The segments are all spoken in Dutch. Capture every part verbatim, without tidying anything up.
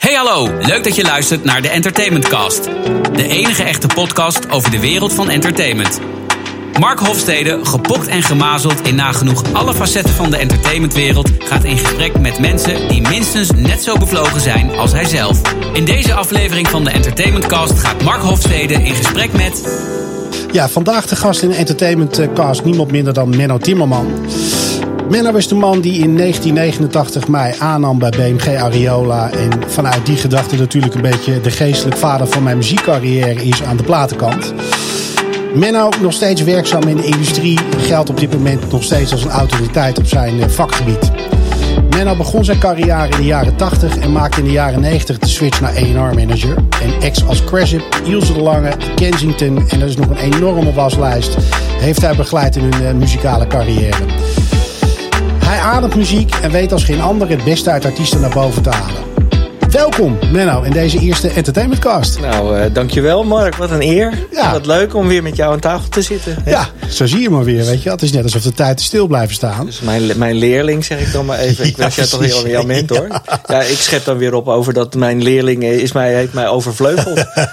Hey hallo, leuk dat je luistert naar de Entertainment Cast. De enige echte podcast over de wereld van entertainment. Mark Hofstede, gepokt en gemazeld in nagenoeg alle facetten van de entertainmentwereld, gaat in gesprek met mensen die minstens net zo bevlogen zijn als hij zelf. In deze aflevering van de Entertainment Cast gaat Mark Hofstede in gesprek met... Ja, vandaag de gast in de Entertainment Cast niemand minder dan Menno Timmerman. Menno is de man die in negentien negenentachtig mij aannam bij B M G Ariola. En vanuit die gedachte natuurlijk een beetje de geestelijk vader van mijn muziekcarrière is aan de platenkant. Menno, nog steeds werkzaam in de industrie, geldt op dit moment nog steeds als een autoriteit op zijn vakgebied. Menno begon zijn carrière in de jaren tachtig en maakte in de jaren negentig de switch naar A en R manager. En acts als Cressip, Ilse de Lange, Kensington en dat is nog een enorme waslijst, heeft hij begeleid in hun uh, muzikale carrière. Hij ademt muziek en weet als geen ander het beste uit artiesten naar boven te halen. Welkom, Menno, in deze eerste Entertainmentcast. Nou, uh, dankjewel Mark. Wat een eer. Ja. Wat leuk om weer met jou aan tafel te zitten. Ja, zo zie je maar weer, weet je. Het is net alsof de tijd stil blijven staan. Dus mijn, mijn leerling, zeg ik dan maar even. Ik ja, was jij toch heel jouw mentor. Ja. ja, ik schep dan weer op over dat mijn leerling is mij, heeft mij overvleugeld.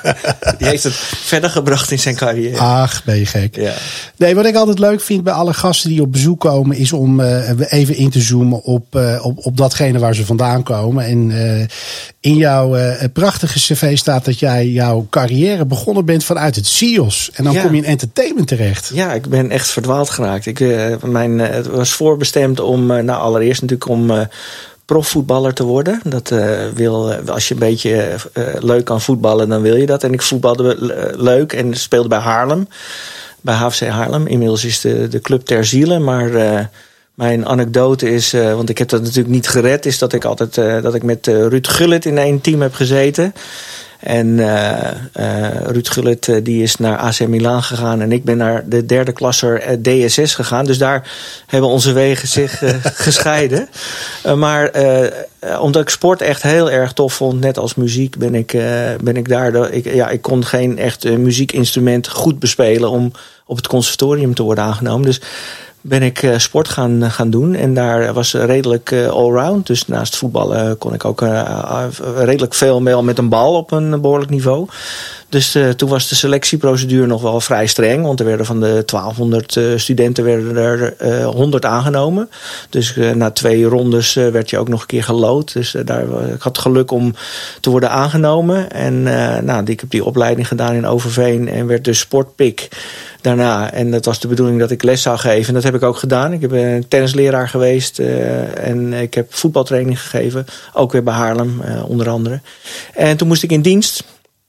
Die heeft het verder gebracht in zijn carrière. Ach, ben je gek. Ja. Nee, wat ik altijd leuk vind bij alle gasten die op bezoek komen, is om uh, even in te zoomen op, uh, op, op datgene waar ze vandaan komen. En uh, in jouw uh, prachtige cv staat dat jij jouw carrière begonnen bent vanuit het C I O S. En dan ja. kom je in entertainment terecht. Ja, ik ben echt verdwaald geraakt. Ik, uh, mijn, uh, het was voorbestemd om, uh, nou allereerst natuurlijk om uh, profvoetballer te worden. Dat uh, wil, uh, als je een beetje uh, leuk kan voetballen, dan wil je dat. En ik voetbalde uh, leuk en speelde bij Haarlem. Bij H F C Haarlem. Inmiddels is de, de club ter ziele, maar... Uh, Mijn anekdote is, uh, want ik heb dat natuurlijk niet gered, is dat ik altijd uh, dat ik met uh, Ruud Gullit in één team heb gezeten. En uh, uh, Ruud Gullit uh, die is naar A C Milan gegaan en ik ben naar de derde klasser uh, D S S gegaan. Dus daar hebben onze wegen zich uh, gescheiden. Uh, maar uh, omdat ik sport echt heel erg tof vond, net als muziek, ben ik, uh, ben ik daar. De, ik, ja, ik kon geen echt uh, muziekinstrument goed bespelen om op het conservatorium te worden aangenomen. Dus ben ik uh, sport gaan, gaan doen. En daar was redelijk uh, allround. Dus naast voetballen kon ik ook uh, uh, redelijk veel mee met een bal op een behoorlijk niveau. Dus uh, toen was de selectieprocedure nog wel vrij streng. Want er werden van de twaalfhonderd uh, studenten werden er uh, honderd aangenomen. Dus uh, na twee rondes uh, werd je ook nog een keer gelood. Dus uh, daar, ik had geluk om te worden aangenomen. En uh, nou, ik heb die opleiding gedaan in Overveen. En werd dus sportpik daarna. En dat was de bedoeling dat ik les zou geven. En dat heb ik ook gedaan. Ik ben een tennisleraar geweest. Uh, en ik heb voetbaltraining gegeven. Ook weer bij Haarlem, uh, onder andere. En toen moest ik in dienst.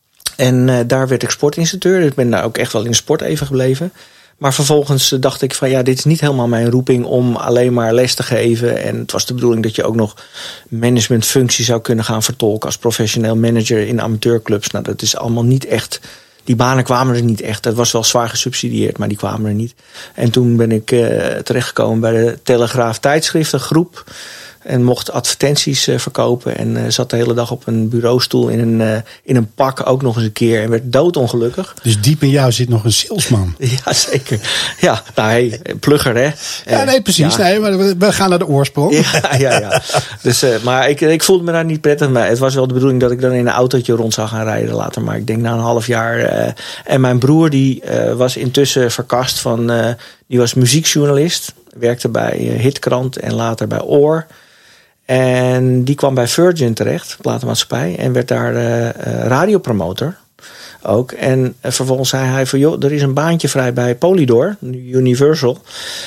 En uh, daar werd ik sportinstructeur. Dus ik ben daar ook echt wel in de sport even gebleven. Maar vervolgens uh, dacht ik van ja, dit is niet helemaal mijn roeping om alleen maar les te geven. En het was de bedoeling dat je ook nog managementfunctie zou kunnen gaan vertolken als professioneel manager in amateurclubs. Nou, dat is allemaal niet echt. Die banen kwamen er niet echt. Dat was wel zwaar gesubsidieerd, maar die kwamen er niet. En toen ben ik uh, terechtgekomen bij de Telegraaf tijdschriftengroep. En mocht advertenties uh, verkopen. En uh, zat de hele dag op een bureaustoel in een, uh, in een pak ook nog eens een keer. En werd doodongelukkig. Dus diep in jou zit nog een salesman. Ja, zeker. Ja, nou hey, plugger hè. Ja, nee, precies. Ja. Nee, maar we gaan naar de oorsprong. Ja, ja, ja. Dus, uh, maar ik, ik voelde me daar niet prettig mee. Het was wel de bedoeling dat ik dan in een autootje rond zou gaan rijden later. Maar ik denk na een half jaar. Uh, en mijn broer die uh, was intussen verkast van. Uh, die was muziekjournalist. Werkte bij uh, Hitkrant en later bij Oor. En die kwam bij Virgin terecht, platenmaatschappij, en werd daar uh, radiopromotor ook. En uh, vervolgens zei hij van joh, er is een baantje vrij bij Polydor, Universal.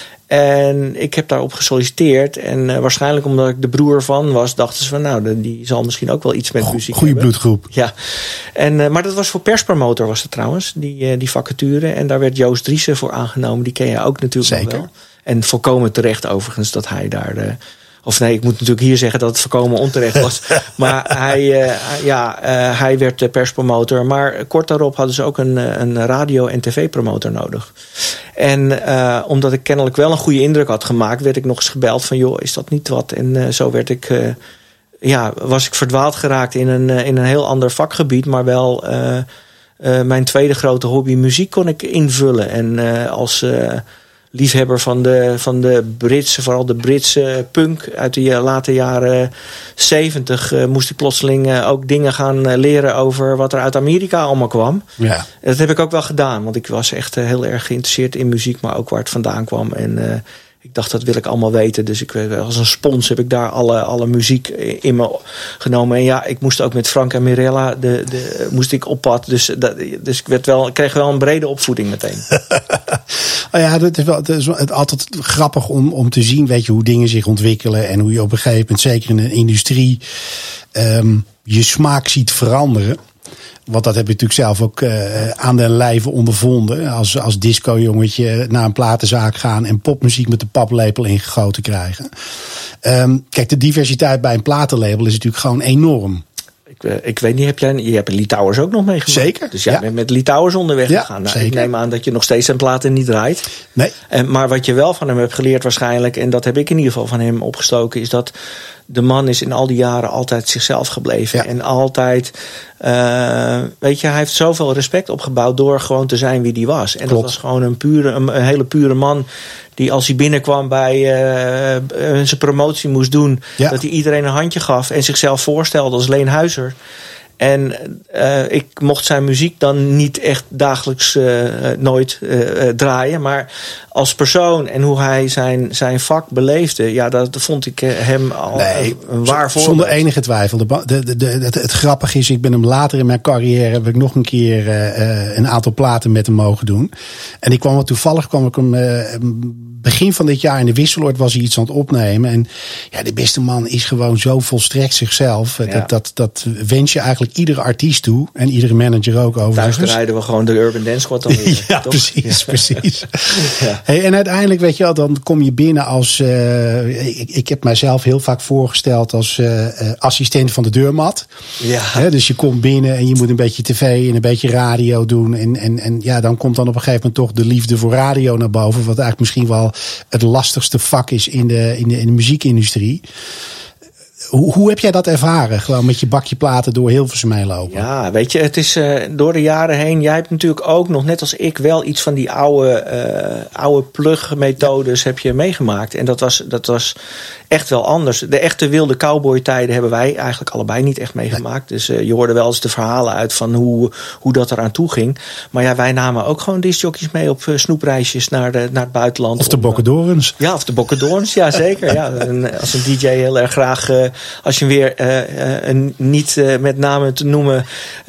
En ik heb daarop gesolliciteerd. En uh, waarschijnlijk omdat ik de broer van was, dachten ze van nou, die zal misschien ook wel iets met muziek Goeie hebben. bloedgroep. Ja. En, uh, maar dat was voor perspromotor was het trouwens, die, uh, die vacature. En daar werd Joost Driessen voor aangenomen. Die ken je ook natuurlijk Zeker. nog wel. En volkomen terecht overigens dat hij daar... Uh, Of nee, ik moet natuurlijk hier zeggen dat het voorkomen onterecht was. Maar hij, uh, ja, uh, hij werd perspromotor. Maar kort daarop hadden ze ook een, een radio- en tv-promotor nodig. En uh, omdat ik kennelijk wel een goede indruk had gemaakt, werd ik nog eens gebeld van joh, is dat niet wat? En uh, zo werd ik, uh, ja, was ik verdwaald geraakt in een, uh, in een heel ander vakgebied. Maar wel uh, uh, mijn tweede grote hobby, muziek, kon ik invullen. En uh, als... Uh, liefhebber van de, van de Britse, vooral de Britse punk uit de late jaren zeventig, uh, moest ik plotseling uh, ook dingen gaan uh, leren over wat er uit Amerika allemaal kwam. Ja. Dat heb ik ook wel gedaan, want ik was echt uh, heel erg geïnteresseerd in muziek, maar ook waar het vandaan kwam. En uh, ik dacht, dat wil ik allemaal weten. Dus ik, als een spons heb ik daar alle, alle muziek in me genomen. En ja, ik moest ook met Frank en Mirella de, de, moest ik op pad. Dus, dat, dus ik, werd wel, ik kreeg wel een brede opvoeding meteen. Oh ja, dat is wel, dat is altijd grappig om, om te zien, weet je, hoe dingen zich ontwikkelen. En hoe je op een gegeven moment, zeker in een industrie, um, je smaak ziet veranderen. Want dat heb je natuurlijk zelf ook uh, aan den lijve ondervonden. Als, als disco-jongetje naar een platenzaak gaan en popmuziek met de paplepel ingegoten krijgen. Um, kijk, de diversiteit bij een platenlabel is natuurlijk gewoon enorm. Ik, ik weet niet, heb jij, je hebt Litouwers ook nog meegemaakt? Zeker. Dus jij ja. bent met Litouwers onderweg ja, gegaan. Nou, ik neem aan dat je nog steeds zijn platen niet draait. Nee. En, maar wat je wel van hem hebt geleerd waarschijnlijk, en dat heb ik in ieder geval van hem opgestoken, is dat de man is in al die jaren altijd zichzelf gebleven. Ja. En altijd, uh, weet je, hij heeft zoveel respect opgebouwd door gewoon te zijn wie hij was. En Klopt. Dat was gewoon een, pure, een, een hele pure man die als hij binnenkwam bij uh, zijn promotie moest doen, ja. dat hij iedereen een handje gaf en zichzelf voorstelde als Leen Huizer. En uh, ik mocht zijn muziek dan niet echt dagelijks uh, nooit uh, uh, draaien. Maar als persoon en hoe hij zijn, zijn vak beleefde, ja, dat vond ik hem al nee, een waar voorbeeld. Zonder enige twijfel. De, de, de, de, het, het grappige is, ik ben hem later in mijn carrière, heb ik nog een keer uh, een aantal platen met hem mogen doen. En ik kwam er toevallig, kwam ik hem uh, begin van dit jaar in de Wisseloord was hij iets aan het opnemen. En ja, de beste man is gewoon zo volstrekt zichzelf. Ja. Dat, dat, dat wens je eigenlijk iedere artiest toe. En iedere manager ook overigens. Thuis rijden we gewoon de Urban Dance Squad dan weer. Ja, toch? precies, ja. precies. Ja. Hey, en uiteindelijk, weet je wel, dan kom je binnen als Uh, ik, ik heb mijzelf heel vaak voorgesteld als uh, uh, assistent van de deurmat. Ja. He, dus je komt binnen en je moet een beetje tv en een beetje radio doen. En, en, en ja, dan komt dan op een gegeven moment toch de liefde voor radio naar boven. Wat eigenlijk misschien wel het lastigste vak is in de, in de, in de muziekindustrie. Hoe, hoe heb jij dat ervaren? Gewoon met je bakje platen door Hilversum heen lopen. Ja, weet je, het is uh, door de jaren heen. Jij hebt natuurlijk ook nog, net als ik, wel iets van die oude, uh, oude plug-methodes heb je meegemaakt. En dat was, dat was echt wel anders. De echte wilde cowboy-tijden hebben wij eigenlijk allebei niet echt meegemaakt. Nee. Dus uh, je hoorde wel eens de verhalen uit van hoe, hoe dat eraan toe ging. Maar ja, wij namen ook gewoon discjockeys mee op uh, snoepreisjes naar, de, naar het buitenland. Of de Bokkendorens. Ja, of de Bokkendorens, ja zeker. Ja. En als een D J heel erg graag, uh, als je hem weer uh, uh, een, niet uh, met name te noemen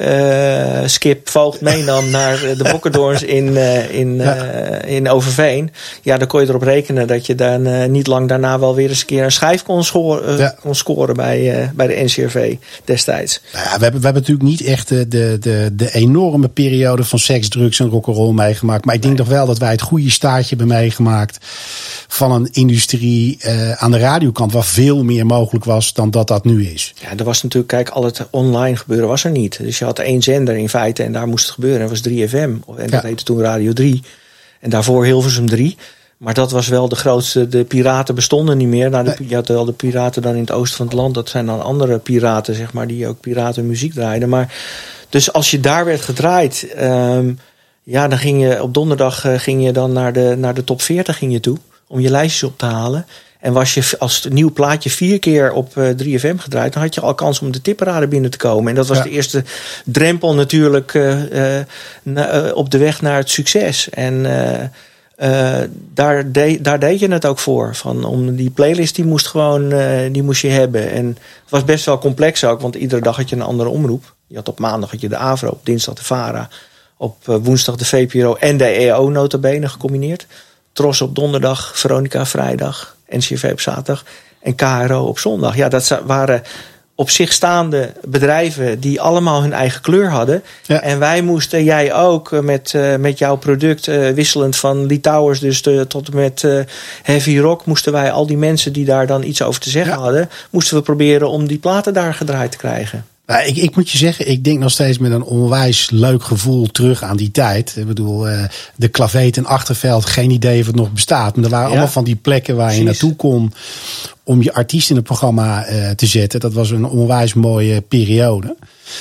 uh, Skip Voogd meenam naar de Bokkendorens in, uh, in, uh, ja. in Overveen. Ja, dan kon je erop rekenen dat je dan uh, niet lang daarna wel weer eens een keer een schijf kon scoren, uh, ja. kon scoren bij, uh, bij de N C R V destijds. Nou ja, we, hebben, we hebben natuurlijk niet echt de, de, de, de enorme periode van seks, drugs en rock'n'roll meegemaakt. Maar ik denk nee. toch wel dat wij het goede staartje hebben meegemaakt van een industrie uh, aan de radiokant waar veel meer mogelijk was dan dat dat nu is. Ja, er was natuurlijk, kijk, al het online gebeuren was er niet. Dus je had één zender in feite en daar moest het gebeuren. En dat was drie F M. En dat ja. heette toen Radio drie. En daarvoor Hilversum drie. Maar dat was wel de grootste. De piraten bestonden niet meer. Nou, de, je had wel de piraten dan in het oosten van het land. Dat zijn dan andere piraten, zeg maar, die ook piratenmuziek draaiden. Maar dus als je daar werd gedraaid, um, ja, dan ging je op donderdag uh, ging je dan naar de, naar de top veertig ging je toe. Om je lijstjes op te halen. En was je als een nieuw plaatje vier keer op uh, drie F M gedraaid, dan had je al kans om de tipperaden binnen te komen. En dat was ja. de eerste drempel natuurlijk uh, uh, na, uh, op de weg naar het succes. En uh, uh, daar, de, daar deed je het ook voor. Van, om die playlist die moest gewoon uh, die moest je hebben. En het was best wel complex ook, want iedere dag had je een andere omroep. Je had op maandag had je de AVRO, op dinsdag de VARA, op uh, woensdag de V P R O en de E O nota bene gecombineerd. Tros op donderdag, Veronica vrijdag, N C R V op zaterdag en K R O op zondag. Ja, dat waren op zich staande bedrijven die allemaal hun eigen kleur hadden. Ja. En wij moesten, jij ook, met, uh, met jouw product uh, wisselend van Litouwers dus de, tot en met uh, heavy rock, moesten wij al die mensen die daar dan iets over te zeggen ja. hadden, moesten we proberen om die platen daar gedraaid te krijgen. Nou, ik, ik moet je zeggen, ik denk nog steeds met een onwijs leuk gevoel terug aan die tijd. Ik bedoel, uh, de Klaveet en Achterveld, geen idee of het nog bestaat. Maar er waren ja. allemaal van die plekken waar Precies. je naartoe kon om je artiest in het programma uh, te zetten. Dat was een onwijs mooie periode.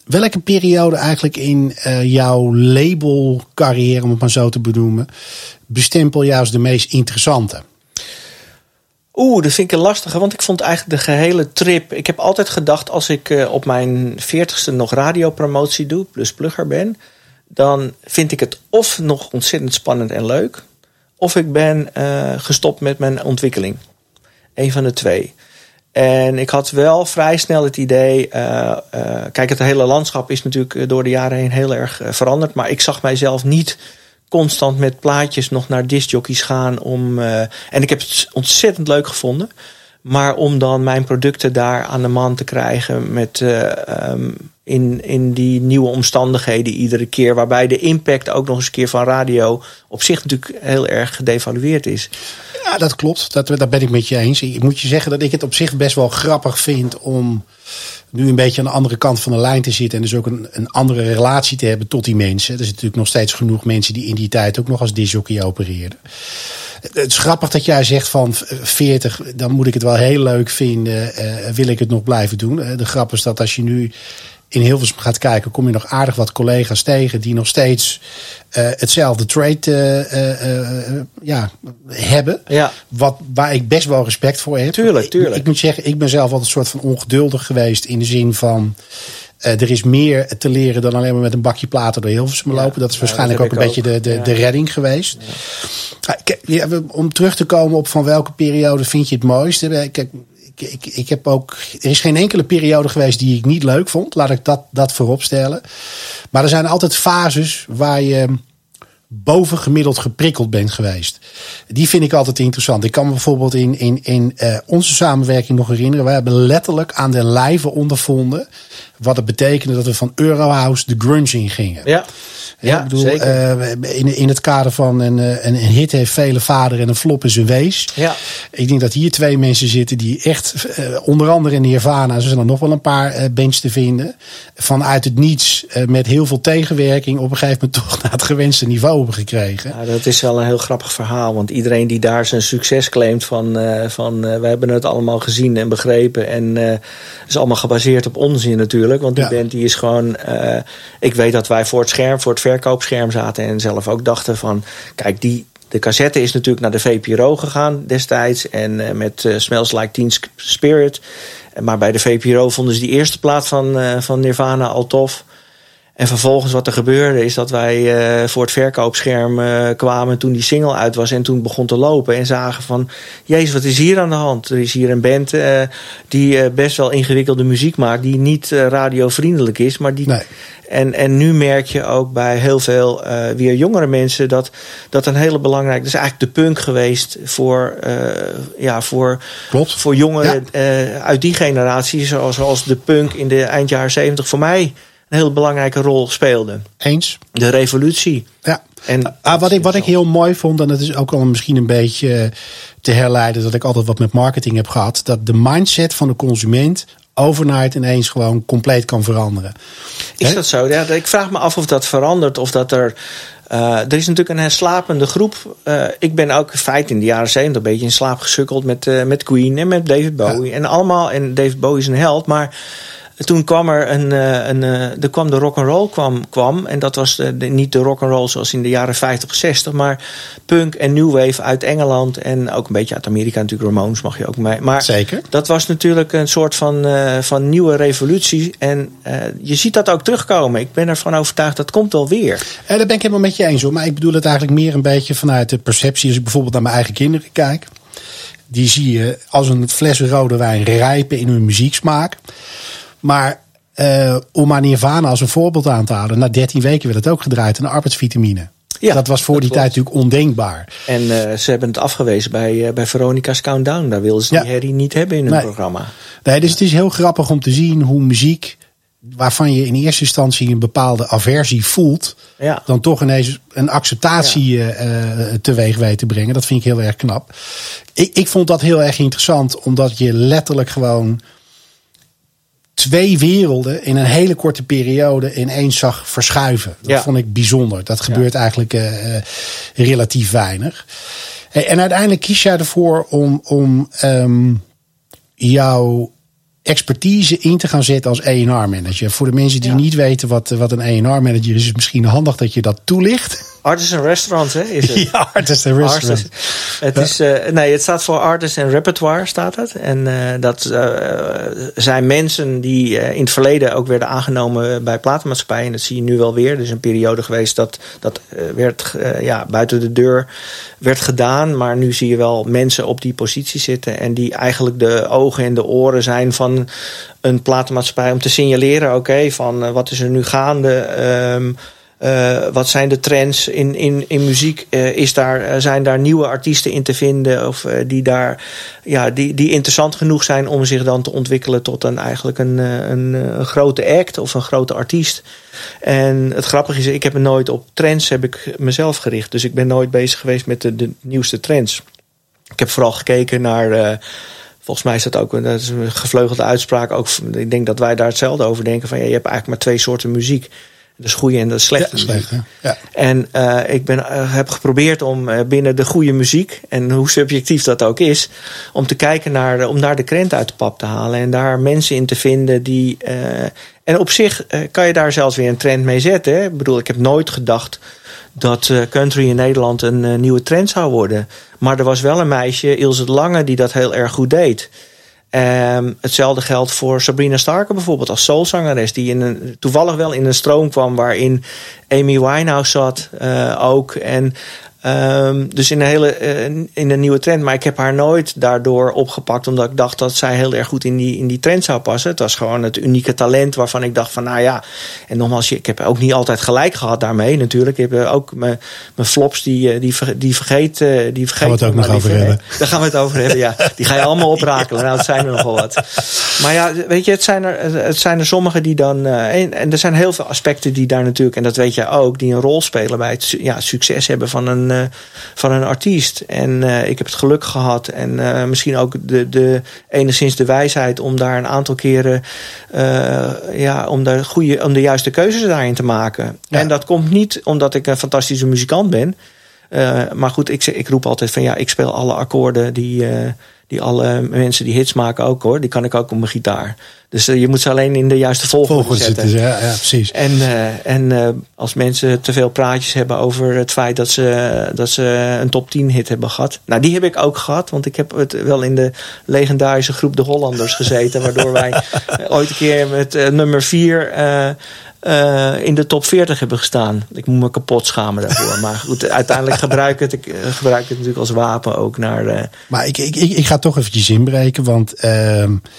welke periode eigenlijk in uh, jouw labelcarrière, om het maar zo te benoemen, bestempel jou als de meest interessante? Oeh, dat vind ik een lastige, want ik vond eigenlijk de gehele trip... Ik heb altijd gedacht, als ik uh, op mijn veertigste nog radiopromotie doe, plus plugger ben, dan vind ik het of nog ontzettend spannend en leuk, of ik ben uh, gestopt met mijn ontwikkeling. Eén van de twee. En ik had wel vrij snel het idee... Uh, uh, kijk, het hele landschap is natuurlijk door de jaren heen heel erg uh, veranderd, maar ik zag mijzelf niet constant met plaatjes nog naar discjockeys gaan. Om, uh, en ik heb het ontzettend leuk gevonden. Maar om dan mijn producten daar aan de man te krijgen met, uh, um, in, in die nieuwe omstandigheden iedere keer. Waarbij de impact ook nog eens een keer van radio op zich natuurlijk heel erg gedevalueerd is. Ja, dat klopt. Dat, dat ben ik met je eens. Ik moet je zeggen dat ik het op zich best wel grappig vind om nu een beetje aan de andere kant van de lijn te zitten. En dus ook een, een andere relatie te hebben tot die mensen. Er zijn natuurlijk nog steeds genoeg mensen die in die tijd ook nog als discjockey opereerden. Het is grappig dat jij zegt van veertig, dan moet ik het wel heel leuk vinden. Uh, wil ik het nog blijven doen? Uh, de grap is dat als je nu in Hilversum gaat kijken, kom je nog aardig wat collega's tegen die nog steeds uh, hetzelfde trade uh, uh, uh, ja, hebben. Ja. Wat, waar ik best wel respect voor heb. Tuurlijk, tuurlijk. Ik, ik moet zeggen, ik ben zelf altijd een soort van ongeduldig geweest in de zin van Uh, er is meer te leren dan alleen maar met een bakje platen door Hilversum lopen. Ja, dat is waarschijnlijk ja, dat ook een beetje ook. de, de, ja. de redding geweest. Ja. Ja, om terug te komen op van welke periode vind je het mooiste. Kijk, ik, ik, ik heb ook, er is geen enkele periode geweest die ik niet leuk vond. Laat ik dat, dat voorop stellen. Maar er zijn altijd fases waar je bovengemiddeld geprikkeld bent geweest. Die vind ik altijd interessant. Ik kan me bijvoorbeeld in, in, in uh, onze samenwerking nog herinneren. We hebben letterlijk aan den lijve ondervonden wat het betekende dat we van Eurohouse de grunge in gingen. Ja, ja, ja ik bedoel, zeker. Uh, in, in het kader van een, een, een hit heeft vele vader en een flop is een wees. Ja. Ik denk dat hier twee mensen zitten die echt, uh, onder andere in Nirvana, er zijn er nog wel een paar uh, bands te vinden, vanuit het niets uh, met heel veel tegenwerking op een gegeven moment toch naar het gewenste niveau hebben gekregen. Ja, dat is wel een heel grappig verhaal, want iedereen die daar zijn succes claimt van, uh, van uh, we hebben het allemaal gezien en begrepen en uh, is allemaal gebaseerd op onzin natuurlijk. Want die ja. band die is gewoon, uh, ik weet dat wij voor het scherm, voor het verkoopscherm zaten en zelf ook dachten van, kijk, die, de cassette is natuurlijk naar de V P R O gegaan destijds en uh, met uh, Smells Like Teen Spirit. Maar bij de V P R O vonden ze die eerste plaat van, uh, van Nirvana al tof. En vervolgens wat er gebeurde is dat wij uh, voor het verkoopscherm uh, kwamen toen die single uit was en toen begon te lopen en zagen van, jezus, wat is hier aan de hand? Er is hier een band uh, die uh, best wel ingewikkelde muziek maakt, die niet uh, radiovriendelijk is, maar die. Nee. En, en nu merk je ook bij heel veel uh, weer jongere mensen dat dat een hele belangrijke, dat is eigenlijk de punk geweest voor, uh, ja, voor, Klopt. voor jongeren ja. uh, uit die generatie, zoals, zoals de punk in de eind jaren zeventig voor mij een heel belangrijke rol speelde. Eens. De revolutie. Ja. En ah, wat ik, wat ik heel mooi vond, en dat is ook al misschien een beetje te herleiden, dat ik altijd wat met marketing heb gehad, dat de mindset van de consument overnight ineens gewoon compleet kan veranderen. Is He? dat zo? Ja, ik vraag me af of dat verandert, of dat er Uh, er is natuurlijk een herslapende groep. Uh, ik ben ook in feite in de jaren zeventig een beetje in slaap gesukkeld met, uh, met Queen en met David Bowie. Ja. En allemaal, en David Bowie is een held, maar toen kwam er een, een, een er kwam de rock'n'roll kwam, kwam. En dat was de, de, niet de rock'n'roll zoals in de jaren vijftig, zestig, maar punk en new wave uit Engeland en ook een beetje uit Amerika natuurlijk. Ramones mag je ook mee. Maar zeker. Dat was natuurlijk een soort van, uh, van nieuwe revolutie. En uh, je ziet dat ook terugkomen. Ik ben ervan overtuigd dat komt wel weer. En daar ben ik helemaal met je eens hoor. Maar ik bedoel het eigenlijk meer een beetje vanuit de perceptie. Als ik bijvoorbeeld naar mijn eigen kinderen kijk, die zie je als een fles rode wijn rijpen in hun muzieksmaak. Maar uh, om maar Nirvana als een voorbeeld aan te halen, na dertien weken werd het ook gedraaid aan arbeidsvitamine. Ja, dat was voor dat die klopt. tijd natuurlijk ondenkbaar. En uh, ze hebben het afgewezen bij, uh, bij Veronica's Countdown. Daar wilden ze ja. die herrie niet hebben in hun nee. programma. Nee, dus het is heel grappig om te zien hoe muziek, waarvan je in eerste instantie een bepaalde aversie voelt, ja. dan toch ineens een acceptatie ja. uh, teweeg weet te brengen. Dat vind ik heel erg knap. Ik, ik vond dat heel erg interessant, omdat je letterlijk gewoon twee werelden in een hele korte periode ineens zag verschuiven. Dat ja. vond ik bijzonder. Dat gebeurt ja. eigenlijk uh, relatief weinig. Hey, en uiteindelijk kies jij ervoor om, om um, jouw expertise in te gaan zetten als A en R manager. Voor de mensen die ja. niet weten wat, wat een A en R manager is, is het misschien handig dat je dat toelicht. Artists and Restaurants, hè? Is het? Ja, Artists and Restaurants. Het, is, uh, nee, het staat voor Artists and Repertoire, staat het. En uh, dat uh, zijn mensen die uh, in het verleden ook werden aangenomen bij platenmaatschappijen. En dat zie je nu wel weer. Er is een periode geweest dat dat uh, werd uh, ja, buiten de deur werd gedaan. Maar nu zie je wel mensen op die positie zitten. En die eigenlijk de ogen en de oren zijn van een platenmaatschappij. Om te signaleren, oké, okay, van uh, wat is er nu gaande. Um, Uh, wat zijn de trends in, in, in muziek? Uh, is daar, uh, zijn daar nieuwe artiesten in te vinden? Of uh, die, daar, ja, die, die interessant genoeg zijn om zich dan te ontwikkelen tot een, eigenlijk een, een, een grote act of een grote artiest. En het grappige is, ik heb me nooit op trends heb ik mezelf gericht. Dus ik ben nooit bezig geweest met de, de nieuwste trends. Ik heb vooral gekeken naar... Uh, Volgens mij is dat ook een, dat is een gevleugelde uitspraak. Ook, ik denk dat wij daar hetzelfde over denken. Van, ja, je hebt eigenlijk maar twee soorten muziek. Dat is goede en dat is slechte ja, muziek. Slecht, ja. En uh, ik ben, uh, heb geprobeerd om uh, binnen de goede muziek, en hoe subjectief dat ook is, om te kijken naar, om daar de krent uit de pap te halen. En daar mensen in te vinden die... Uh, en op zich uh, kan je daar zelfs weer een trend mee zetten. Hè? Ik bedoel, ik heb nooit gedacht dat uh, country in Nederland een uh, nieuwe trend zou worden. Maar er was wel een meisje, Ilse de Lange, die dat heel erg goed deed. Um, hetzelfde geldt voor Sabrina Starker bijvoorbeeld als soulzangeres, die in een, toevallig wel in een stroom kwam waarin Amy Winehouse zat uh, ook. En um, dus in een hele uh, in een nieuwe trend. Maar ik heb haar nooit daardoor opgepakt, omdat ik dacht dat zij heel erg goed in die, in die trend zou passen. Het was gewoon het unieke talent waarvan ik dacht van nou ja. En nogmaals, ik heb ook niet altijd gelijk gehad daarmee natuurlijk. Ik heb ook mijn, mijn flops die, die, die vergeet. Die vergeet gaan we het ook nog over die, hebben. Daar gaan we het over hebben, ja. Die ga je allemaal oprakelen. Nou, dat zijn er nogal wat. Maar ja, weet je, het zijn er, het zijn er sommige die dan... Uh, en, en er zijn heel veel aspecten die daar natuurlijk... en dat weet jij ook, die een rol spelen bij het ja, succes hebben van een, uh, van een artiest. En uh, ik heb het geluk gehad en uh, misschien ook de, de, enigszins de wijsheid... om daar een aantal keren... Uh, ja, om de, goede, om de juiste keuzes daarin te maken. Ja. En dat komt niet omdat ik een fantastische muzikant ben... Uh, maar goed, ik, ik roep altijd van ja, ik speel alle akkoorden die, uh, die alle mensen die hits maken ook hoor. Die kan ik ook op mijn gitaar. Dus uh, je moet ze alleen in de juiste volgorde, volgorde zetten. Zitten, ja, ja, precies. En, uh, en uh, als mensen te veel praatjes hebben over het feit dat ze, dat ze een top tien hit hebben gehad. Nou, die heb ik ook gehad, want ik heb het wel in de legendarische groep De Hollanders gezeten. Waardoor wij ooit een keer met uh, nummer vier... Uh, Uh, in de top veertig hebben gestaan. Ik moet me kapot schamen daarvoor. Maar goed, uiteindelijk gebruik ik het, ik, uh, gebruik het natuurlijk als wapen ook naar... Uh... Maar ik, ik, ik ga toch eventjes inbreken, want... Uh,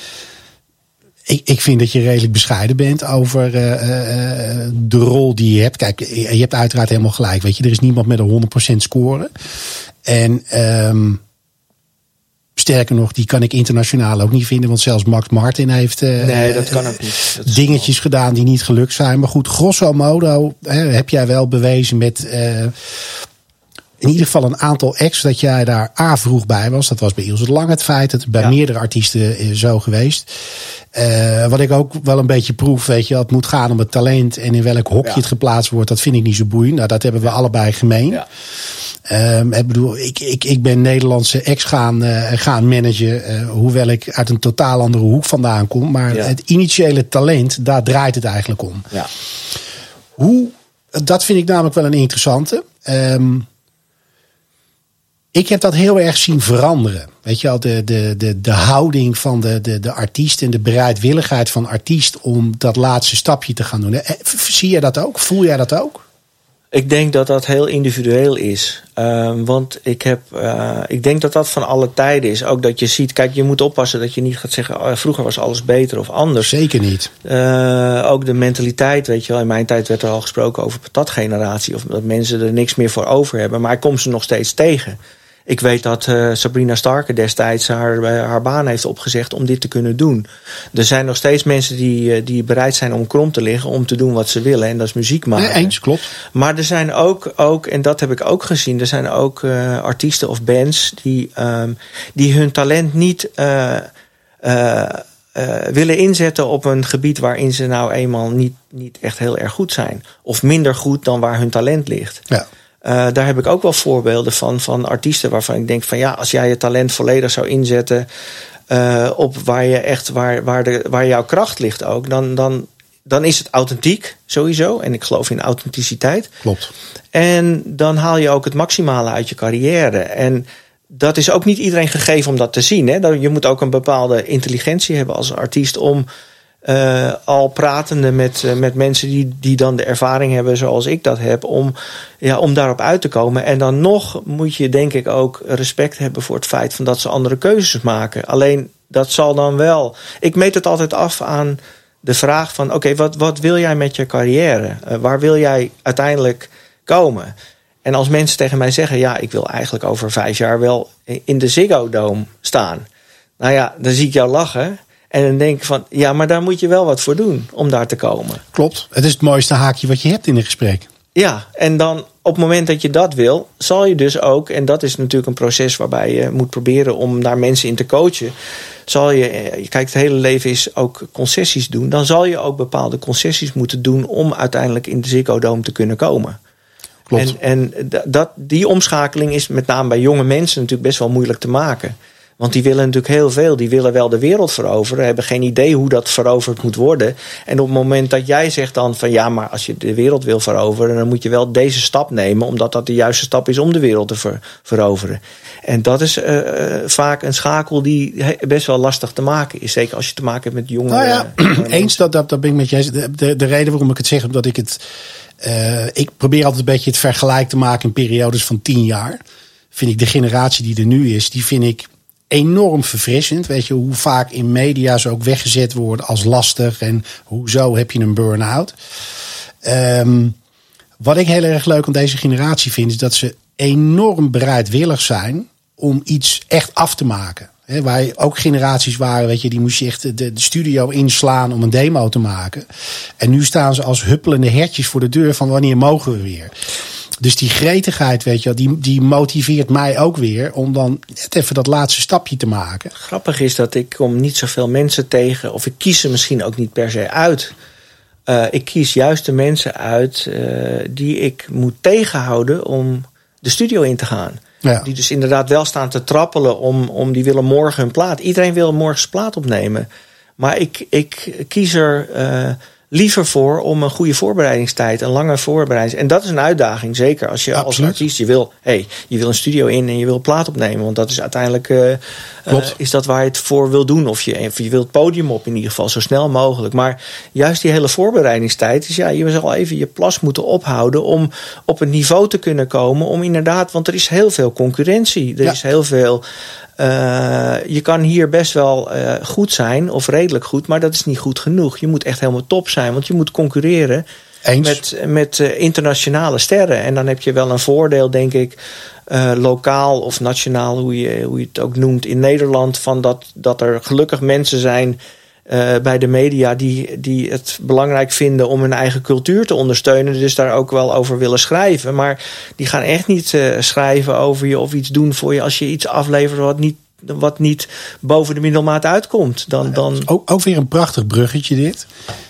ik, ik vind dat je redelijk bescheiden bent over uh, uh, de rol die je hebt. Kijk, je hebt uiteraard helemaal gelijk. Weet je, er is niemand met een honderd procent score. En... Um, sterker nog, die kan ik internationaal ook niet vinden. Want zelfs Max Martin heeft uh, nee, dat kan ook niet. Dat dingetjes wel gedaan die niet gelukt zijn. Maar goed, grosso modo hè, heb jij wel bewezen met... Uh, in ieder geval een aantal acts dat jij daar A vroeg bij was. Dat was bij Ilse de Lange het feit. Dat bij ja. meerdere artiesten is zo geweest. Uh, wat ik ook wel een beetje proef, weet je, het moet gaan om het talent. En in welk hokje ja. het geplaatst wordt, dat vind ik niet zo boeiend. Nou, dat hebben we ja. allebei gemeen. Ja. Um, ik bedoel, ik, ik, ik ben Nederlandse ex gaan, uh, gaan managen. Uh, hoewel ik uit een totaal andere hoek vandaan kom. Maar ja. het initiële talent, daar draait het eigenlijk om. Ja. Hoe, dat vind ik namelijk wel een interessante. Um, ik heb dat heel erg zien veranderen. Weet je wel, de, de, de, de houding van de, de, de artiest en de bereidwilligheid van artiest om dat laatste stapje te gaan doen. Zie jij dat ook? Voel jij dat ook? Ik denk dat dat heel individueel is. Uh, want ik, heb, uh, ik denk dat dat van alle tijden is. Ook dat je ziet, kijk, je moet oppassen dat je niet gaat zeggen... Oh, vroeger was alles beter of anders. Zeker niet. Uh, ook de mentaliteit, weet je wel. In mijn tijd werd er al gesproken over patatgeneratie. Of dat mensen er niks meer voor over hebben. Maar ik kom ze nog steeds tegen. Ik weet dat uh, Sabrina Starker destijds haar, haar baan heeft opgezegd om dit te kunnen doen. Er zijn nog steeds mensen die, die bereid zijn om krom te liggen om te doen wat ze willen. En dat is muziek maken. Nee, eens, klopt. Maar er zijn ook, ook, en dat heb ik ook gezien, er zijn ook uh, artiesten of bands die, um, die hun talent niet uh, uh, uh, willen inzetten op een gebied waarin ze nou eenmaal niet, niet echt heel erg goed zijn. Of minder goed dan waar hun talent ligt. Ja. Uh, daar heb ik ook wel voorbeelden van, van artiesten waarvan ik denk van ja, als jij je talent volledig zou inzetten uh, op waar je echt waar, waar, de, waar jouw kracht ligt ook, dan, dan, dan is het authentiek sowieso. En ik geloof in authenticiteit. Klopt. En dan haal je ook het maximale uit je carrière. En dat is ook niet iedereen gegeven om dat te zien. Hè? Je moet ook een bepaalde intelligentie hebben als artiest om uh, al pratende met, uh, met mensen die, die dan de ervaring hebben zoals ik dat heb, om, ja, om daarop uit te komen. En dan nog moet je denk ik ook respect hebben voor het feit van dat ze andere keuzes maken. Alleen dat zal dan wel. Ik meet het altijd af aan de vraag van oké, okay, wat, wat wil jij met je carrière? Uh, waar wil jij uiteindelijk komen? En als mensen tegen mij zeggen, ja, ik wil eigenlijk over vijf jaar wel in de Ziggo Dome staan. Nou ja, dan zie ik jou lachen. En dan denk ik van, ja, maar daar moet je wel wat voor doen om daar te komen. Klopt. Het is het mooiste haakje wat je hebt in een gesprek. Ja, en dan op het moment dat je dat wil, zal je dus ook, en dat is natuurlijk een proces waarbij je moet proberen om daar mensen in te coachen. Zal je, je kijkt, het hele leven is ook concessies doen. Dan zal je ook bepaalde concessies moeten doen om uiteindelijk in de Ziggo Dome te kunnen komen. Klopt. En, en dat, die omschakeling is met name bij jonge mensen natuurlijk best wel moeilijk te maken. Want die willen natuurlijk heel veel. Die willen wel de wereld veroveren. Hebben geen idee hoe dat veroverd moet worden. En op het moment dat jij zegt dan van ja, maar als je de wereld wil veroveren, dan moet je wel deze stap nemen, omdat dat de juiste stap is om de wereld te ver, veroveren. En dat is uh, vaak een schakel die best wel lastig te maken is. Zeker als je te maken hebt met jonge. Nou ja, jonge eens dat, dat, dat ben ik met je. De, de, de reden waarom ik het zeg, omdat ik het. Uh, ik probeer altijd een beetje het vergelijk te maken in periodes van tien jaar. Vind ik de generatie die er nu is, die vind ik enorm verfrissend. Weet je, hoe vaak in media ze ook weggezet worden als lastig. En hoezo heb je een burn-out. Um, wat ik heel erg leuk aan deze generatie vind, is dat ze enorm bereidwillig zijn om iets echt af te maken. He, waar ook generaties waren, weet je, die moest je echt de, de studio inslaan om een demo te maken. En nu staan ze als huppelende hertjes voor de deur van wanneer mogen we weer. Dus die gretigheid, weet je, die, die motiveert mij ook weer om dan net even dat laatste stapje te maken. Grappig is dat ik kom niet zoveel mensen tegen, of ik kies ze misschien ook niet per se uit. Uh, ik kies juist de mensen uit uh, die ik moet tegenhouden om de studio in te gaan. Ja. Die dus inderdaad wel staan te trappelen om, om die willen morgen hun plaat. Iedereen wil morgen zijn plaat opnemen. Maar ik, ik kies er uh, liever voor om een goede voorbereidingstijd, een lange voorbereiding. En dat is een uitdaging, zeker als je Absoluut. als artiest, je wil, hey, je wil een studio in en je wil een plaat opnemen. Want dat is uiteindelijk uh, uh, is dat waar je het voor wil doen. Of je, of je wilt het podium op in ieder geval, zo snel mogelijk. Maar juist die hele voorbereidingstijd is, ja, je zal even je plas moeten ophouden om op een niveau te kunnen komen. Om inderdaad, want er is heel veel concurrentie. Er ja. is heel veel. Uh, je kan hier best wel uh, goed zijn, of redelijk goed, maar dat is niet goed genoeg. Je moet echt helemaal top zijn, want je moet concurreren Eens. met, met uh, internationale sterren. En dan heb je wel een voordeel, denk ik, uh, lokaal of nationaal, hoe je, hoe je het ook noemt, in Nederland, van dat, dat er gelukkig mensen zijn Uh, bij de media die, die het belangrijk vinden om hun eigen cultuur te ondersteunen. Dus daar ook wel over willen schrijven. Maar die gaan echt niet uh, schrijven over je of iets doen voor je als je iets aflevert wat niet, wat niet boven de middelmaat uitkomt. Dan, dan... Ook, ook weer een prachtig bruggetje dit.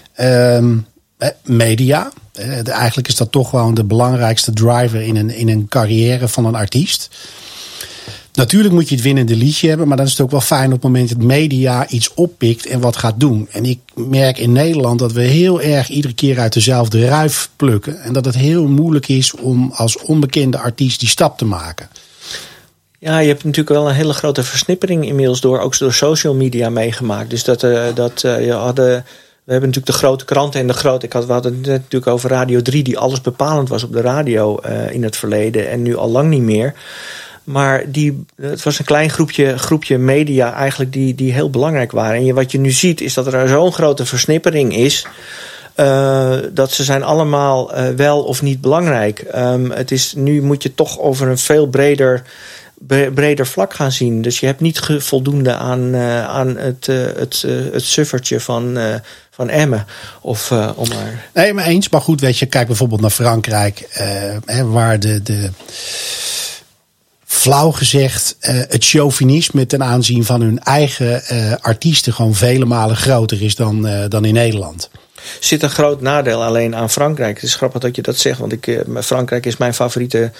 Um, media. Uh, eigenlijk is dat toch gewoon de belangrijkste driver in een, in een carrière van een artiest. Natuurlijk moet je het winnende liedje hebben, maar dan is het ook wel fijn op het moment dat media iets oppikt en wat gaat doen. En ik merk in Nederland dat we heel erg iedere keer uit dezelfde ruif plukken. En dat het heel moeilijk is om als onbekende artiest die stap te maken. Ja, je hebt natuurlijk wel een hele grote versnippering inmiddels door, ook door social media meegemaakt. Dus dat, uh, dat uh, je hadden... We hebben natuurlijk de grote kranten en de grote... Ik had, we hadden het net natuurlijk over Radio drie, die alles bepalend was op de radio uh, in het verleden. En nu al lang niet meer. Maar die, het was een klein groepje, groepje media eigenlijk die, die heel belangrijk waren. En je, wat je nu ziet is dat er zo'n grote versnippering is. Uh, dat ze zijn allemaal uh, wel of niet belangrijk. Um, het is, nu moet je toch over een veel breder, breder vlak gaan zien. Dus je hebt niet voldoende aan, uh, aan het, uh, het, uh, het suffertje van... Uh, van Emmen. Of uh, om maar... Nee, maar eens. Maar goed, weet je, kijk bijvoorbeeld naar Frankrijk. Uh, hè, waar de... de flauw gezegd, uh, het chauvinisme ten aanzien van hun eigen uh, artiesten gewoon vele malen groter is dan, uh, dan in Nederland. Er zit een groot nadeel alleen aan Frankrijk. Het is grappig dat je dat zegt, want ik, uh, Frankrijk is mijn favoriete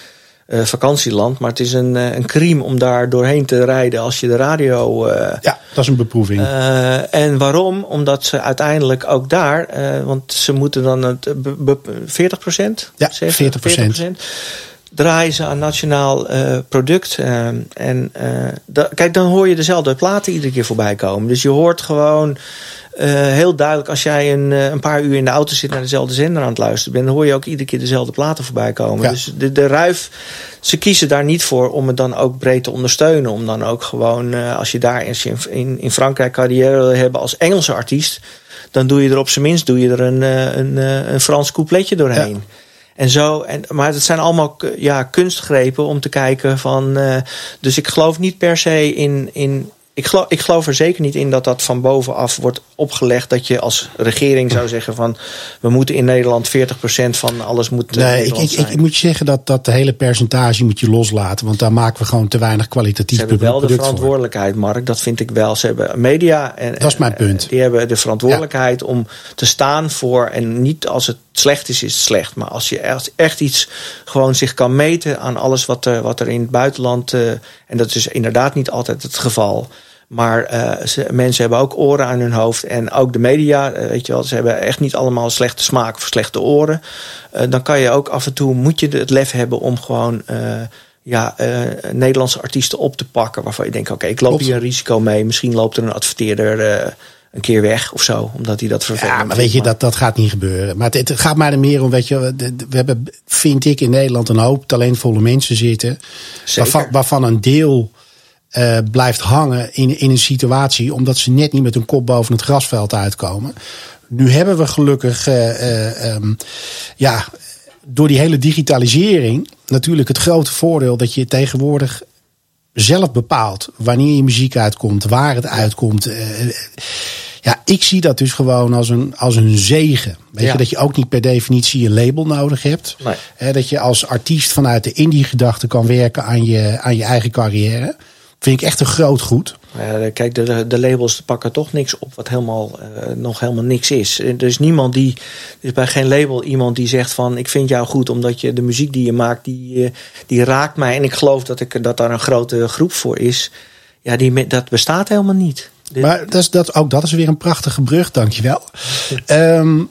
uh, vakantieland. Maar het is een, uh, een crime om daar doorheen te rijden als je de radio... Uh, ja, dat is een beproeving. Uh, en waarom? Omdat ze uiteindelijk ook daar... Uh, want ze moeten dan het be, be, veertig procent? Ja, veertig procent. Draaien ze aan nationaal uh, product. Uh, en uh, da, kijk, dan hoor je dezelfde platen iedere keer voorbij komen. Dus je hoort gewoon... Uh, heel duidelijk, als jij een, een paar uur in de auto zit naar dezelfde zender aan het luisteren bent, dan hoor je ook iedere keer dezelfde platen voorbij komen. Ja. Dus de, de ruif, ze kiezen daar niet voor om het dan ook breed te ondersteunen. Om dan ook gewoon, uh, als je daar in, in Frankrijk carrière wil hebben als Engelse artiest, dan doe je er op zijn minst doe je er een, een, een Frans coupletje doorheen. Ja. En zo, en, maar het zijn allemaal ja, kunstgrepen om te kijken van. Uh, dus ik geloof niet per se in. in Ik geloof, ik geloof er zeker niet in dat dat van bovenaf wordt opgelegd. Dat je als regering zou zeggen van... we moeten in Nederland veertig procent van alles moet nee, ik, ik, ik, ik moet je zeggen dat dat de hele percentage moet je loslaten. Want daar maken we gewoon te weinig kwalitatief product voor. Ze hebben wel de verantwoordelijkheid, Mark. Dat vind ik wel. Ze hebben media... En, dat is mijn punt. Die hebben de verantwoordelijkheid ja. om te staan voor... en niet als het slecht is, is het slecht. Maar als je echt, echt iets gewoon zich kan meten... aan alles wat er, wat er in het buitenland... Uh, en dat is inderdaad niet altijd het geval... Maar uh, ze, mensen hebben ook oren aan hun hoofd. En ook de media, uh, weet je wel, ze hebben echt niet allemaal slechte smaak of slechte oren. Uh, dan kan je ook af en toe, moet je het lef hebben om gewoon uh, ja, uh, Nederlandse artiesten op te pakken. Waarvan je denkt, oké, okay, ik loop hier een risico mee. Misschien loopt er een adverteerder uh, een keer weg of zo. Omdat hij dat vervelend Ja, maar weet je, dat, dat gaat niet gebeuren. Maar het, het gaat mij er meer om, weet je, we hebben, vind ik, in Nederland een hoop talentvolle mensen zitten. Waarvan, waarvan een deel... Uh, blijft hangen in, in een situatie... omdat ze net niet met hun kop boven het grasveld uitkomen. Nu hebben we gelukkig... Uh, uh, um, ja, door die hele digitalisering... natuurlijk het grote voordeel dat je tegenwoordig zelf bepaalt... wanneer je muziek uitkomt, waar het uitkomt... Uh, ja, ik zie dat dus gewoon als een, als een zegen. Weet ja. je, dat je ook niet per definitie een label nodig hebt. Nee. He, dat je als artiest vanuit de indie-gedachte kan werken aan je, aan je eigen carrière... Vind ik echt een groot goed. Uh, kijk, de, de labels pakken toch niks op wat helemaal uh, nog helemaal niks is. Er is niemand die, er is bij geen label iemand die zegt van ik vind jou goed omdat je de muziek die je maakt die, uh, die raakt mij en ik geloof dat ik dat daar een grote groep voor is. Ja, die dat bestaat helemaal niet. Maar dat is, dat, ook dat is weer een prachtige brug, dankjewel. um,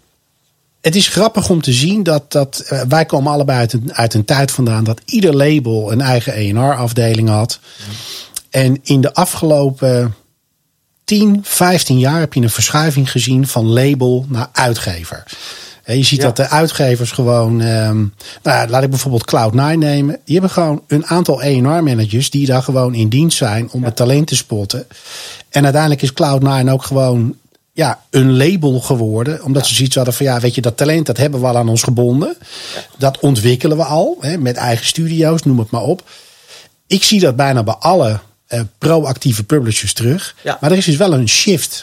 Het is grappig om te zien dat, dat uh, wij komen allebei uit een, uit een tijd vandaan dat ieder label een eigen E en R-afdeling had. Mm. En in de afgelopen tien, vijftien jaar heb je een verschuiving gezien van label naar uitgever. En je ziet ja. dat de uitgevers gewoon, um, nou, laat ik bijvoorbeeld Cloud nine nemen. Die hebben gewoon een aantal E en R-managers die daar gewoon in dienst zijn om ja. het talent te spotten. En uiteindelijk is Cloud nine ook gewoon ja, een label geworden. Omdat ja. ze zoiets hadden van ja, weet je, dat talent dat hebben we al aan ons gebonden. Ja. Dat ontwikkelen we al, hè, met eigen studio's, noem het maar op. Ik zie dat bijna bij alle uh, proactieve publishers terug. Ja. Maar er is dus wel een shift.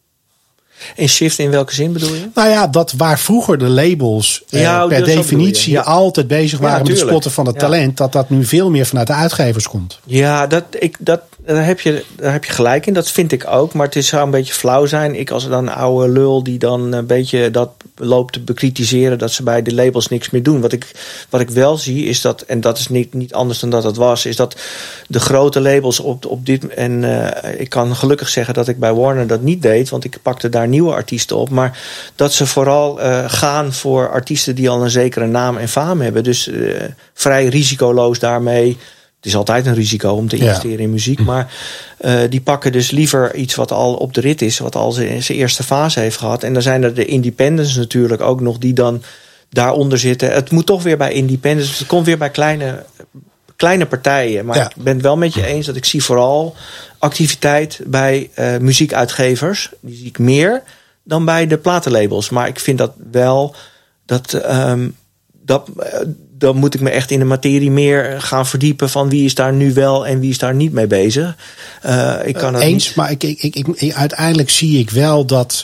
Een shift in welke zin bedoel je? Nou ja, dat waar vroeger de labels uh, ja, per definitie ja. altijd bezig waren ja, met het spotten van het ja. talent, dat dat nu veel meer vanuit de uitgevers komt. Ja, dat, ik, dat, daar, heb je, daar heb je gelijk in. Dat vind ik ook. Maar het zou een beetje flauw zijn. Ik als dan een oude lul die dan een beetje dat loopt te bekritiseren dat ze bij de labels niks meer doen. Wat ik, wat ik wel zie is dat, en dat is niet, niet anders dan dat het was, is dat de grote labels op, op dit, en uh, ik kan gelukkig zeggen dat ik bij Warner dat niet deed, want ik pakte daar nieuwe artiesten op, maar dat ze vooral uh, gaan voor artiesten die al een zekere naam en faam hebben. Dus uh, vrij risicoloos daarmee. Het is altijd een risico om te investeren ja. in muziek, maar uh, die pakken dus liever iets wat al op de rit is, wat al zijn eerste fase heeft gehad. En dan zijn er de independents natuurlijk ook nog die dan daaronder zitten. Het moet toch weer bij independents, het komt weer bij kleine, kleine partijen. Maar ja. ik ben het wel met je eens dat ik zie vooral activiteit bij uh, muziekuitgevers. Die zie ik meer dan bij de platenlabels. Maar ik vind dat wel dat um, dat uh, dan moet ik me echt in de materie meer gaan verdiepen van wie is daar nu wel en wie is daar niet mee bezig. Uh, ik kan het Eens, niet... maar ik, ik, ik, ik, uiteindelijk zie ik wel dat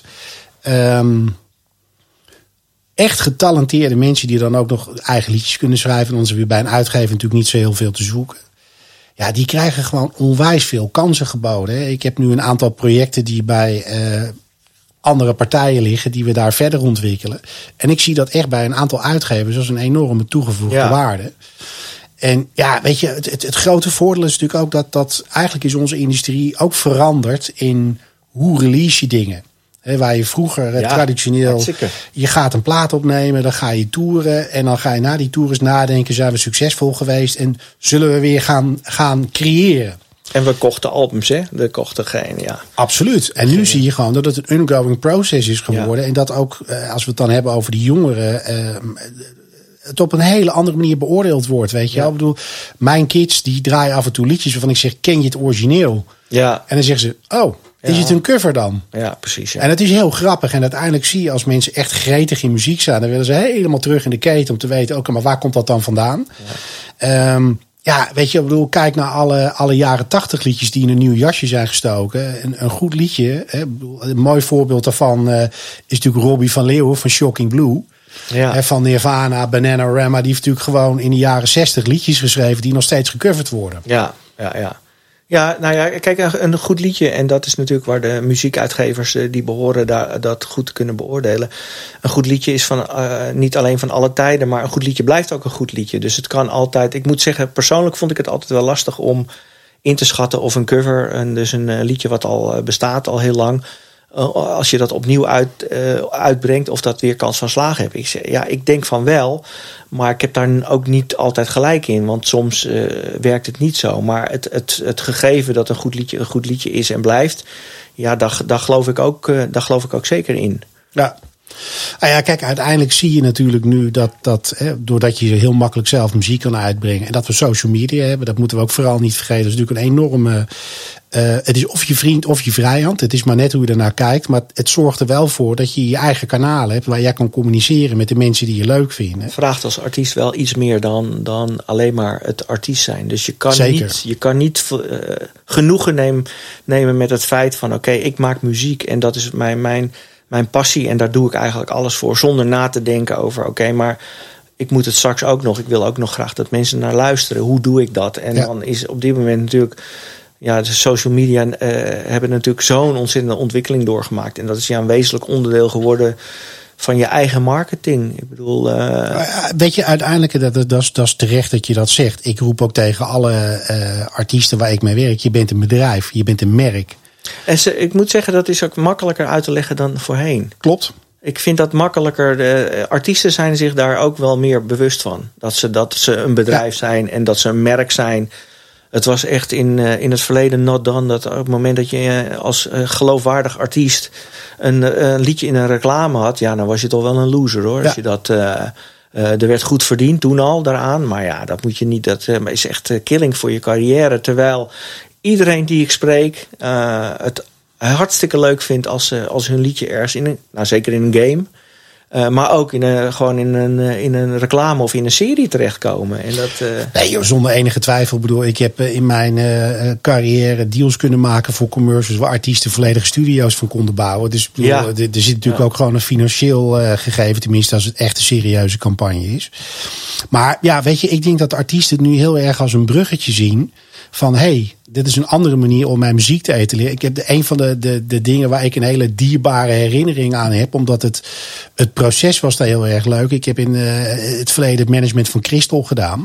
um, echt getalenteerde mensen die dan ook nog eigen liedjes kunnen schrijven, en dan ze weer bij een uitgever natuurlijk niet zo heel veel te zoeken. Ja, die krijgen gewoon onwijs veel kansen geboden. Hè. Ik heb nu een aantal projecten die bij uh, andere partijen liggen, die we daar verder ontwikkelen. En ik zie dat echt bij een aantal uitgevers als een enorme toegevoegde ja. waarde. En ja, weet je, het, het, het grote voordeel is natuurlijk ook dat, dat eigenlijk is onze industrie ook veranderd in hoe release je dingen. He, waar je vroeger ja, traditioneel, hartstikke. Je gaat een plaat opnemen, dan ga je toeren. En dan ga je na die tours nadenken, zijn we succesvol geweest? En zullen we weer gaan, gaan creëren? En we kochten albums, hè? We kochten geen, ja. Absoluut. En nu geen. zie je gewoon dat het een ongoing process is geworden. Ja. En dat ook, als we het dan hebben over die jongeren, Uh, het op een hele andere manier beoordeeld wordt, weet je wel. Ja. Ik bedoel, mijn kids die draaien af en toe liedjes waarvan ik zeg, ken je het origineel? Ja. En dan zeggen ze, oh, is ja. het een cover dan? Ja, precies. Ja. En het is heel grappig. En uiteindelijk zie je als mensen echt gretig in muziek staan, dan willen ze helemaal terug in de keten om te weten, oké, okay, maar waar komt dat dan vandaan? Ja, um, ja weet je, ik bedoel, kijk naar alle, alle jaren tachtig liedjes die in een nieuw jasje zijn gestoken. Een, een goed liedje, hè, bedoel, een mooi voorbeeld daarvan uh, is natuurlijk Robbie van Leeuwen van Shocking Blue. Ja. He, van Nirvana, Bananarama, die heeft natuurlijk gewoon in de jaren zestig liedjes geschreven die nog steeds gecoverd worden. Ja, ja, ja. Ja, nou ja, kijk, een goed liedje, en dat is natuurlijk waar de muziekuitgevers die behoren daar, dat goed kunnen beoordelen. Een goed liedje is van uh, niet alleen van alle tijden, maar een goed liedje blijft ook een goed liedje. Dus het kan altijd, ik moet zeggen, persoonlijk vond ik het altijd wel lastig om in te schatten of een cover, en dus een uh, liedje wat al bestaat al heel lang, als je dat opnieuw uit, uh, uitbrengt, of dat weer kans van slagen heeft. Ik zeg, ja, ik denk van wel, maar ik heb daar ook niet altijd gelijk in, want soms uh, werkt het niet zo. Maar het, het, het gegeven dat een goed liedje een goed liedje is en blijft, ja, daar, daar, geloof ik ook, uh, daar geloof ik ook zeker in. Ja. Ah ja, kijk, uiteindelijk zie je natuurlijk nu dat, dat hè, doordat je heel makkelijk zelf muziek kan uitbrengen en dat we social media hebben, dat moeten we ook vooral niet vergeten. Dat is natuurlijk een enorme Uh, het is of je vriend of je vijand. Het is maar net hoe je ernaar kijkt. Maar het zorgt er wel voor dat je je eigen kanalen hebt waar jij kan communiceren met de mensen die je leuk vinden. Het vraagt als artiest wel iets meer dan, dan alleen maar het artiest zijn. Dus je kan Zeker. niet, je kan niet uh, genoegen nemen, nemen met het feit van oké, okay, ik maak muziek en dat is mijn, mijn, mijn passie en daar doe ik eigenlijk alles voor. Zonder na te denken over oké, okay, maar ik moet het straks ook nog. Ik wil ook nog graag dat mensen naar luisteren. Hoe doe ik dat? En ja. dan is op dit moment natuurlijk, ja, de social media uh, hebben natuurlijk zo'n ontzettende ontwikkeling doorgemaakt. En dat is ja een wezenlijk onderdeel geworden van je eigen marketing. Ik bedoel, Uh... weet je, uiteindelijk, dat, dat, dat, is, dat is terecht dat je dat zegt. Ik roep ook tegen alle uh, artiesten waar ik mee werk, je bent een bedrijf, je bent een merk. En ze, ik moet zeggen, dat is ook makkelijker uit te leggen dan voorheen. Klopt. Ik vind dat makkelijker. De artiesten zijn zich daar ook wel meer bewust van. Dat ze, dat ze een bedrijf ja. zijn en dat ze een merk zijn. Het was echt in, uh, in het verleden not done dat op het moment dat je uh, als uh, geloofwaardig artiest een, uh, een liedje in een reclame had, ja, dan was je toch wel een loser hoor. Ja. Als je dat, uh, uh, er werd goed verdiend toen al daaraan, maar ja, dat moet je niet. Dat uh, is echt uh, killing voor je carrière. Terwijl iedereen die ik spreek uh, het hartstikke leuk vindt als, uh, als hun liedje ergens in een, nou zeker in een game. Uh, maar ook in een, gewoon in een, in een reclame of in een serie terechtkomen. En dat, uh... Nee, joh, zonder enige twijfel. Ik bedoel, ik heb in mijn uh, carrière deals kunnen maken voor commercials waar artiesten volledige studio's van konden bouwen. Dus bedoel, ja. er, er zit natuurlijk ja. ook gewoon een financieel uh, gegeven, tenminste als het echt een serieuze campagne is. Maar ja, weet je, ik denk dat de artiesten het nu heel erg als een bruggetje zien van hey, dit is een andere manier om mijn muziek te etaleren. Ik heb de, een van de, de, de dingen waar ik een hele dierbare herinnering aan heb, omdat het, het proces was daar heel erg leuk. Ik heb in uh, het verleden het management van Crystal gedaan.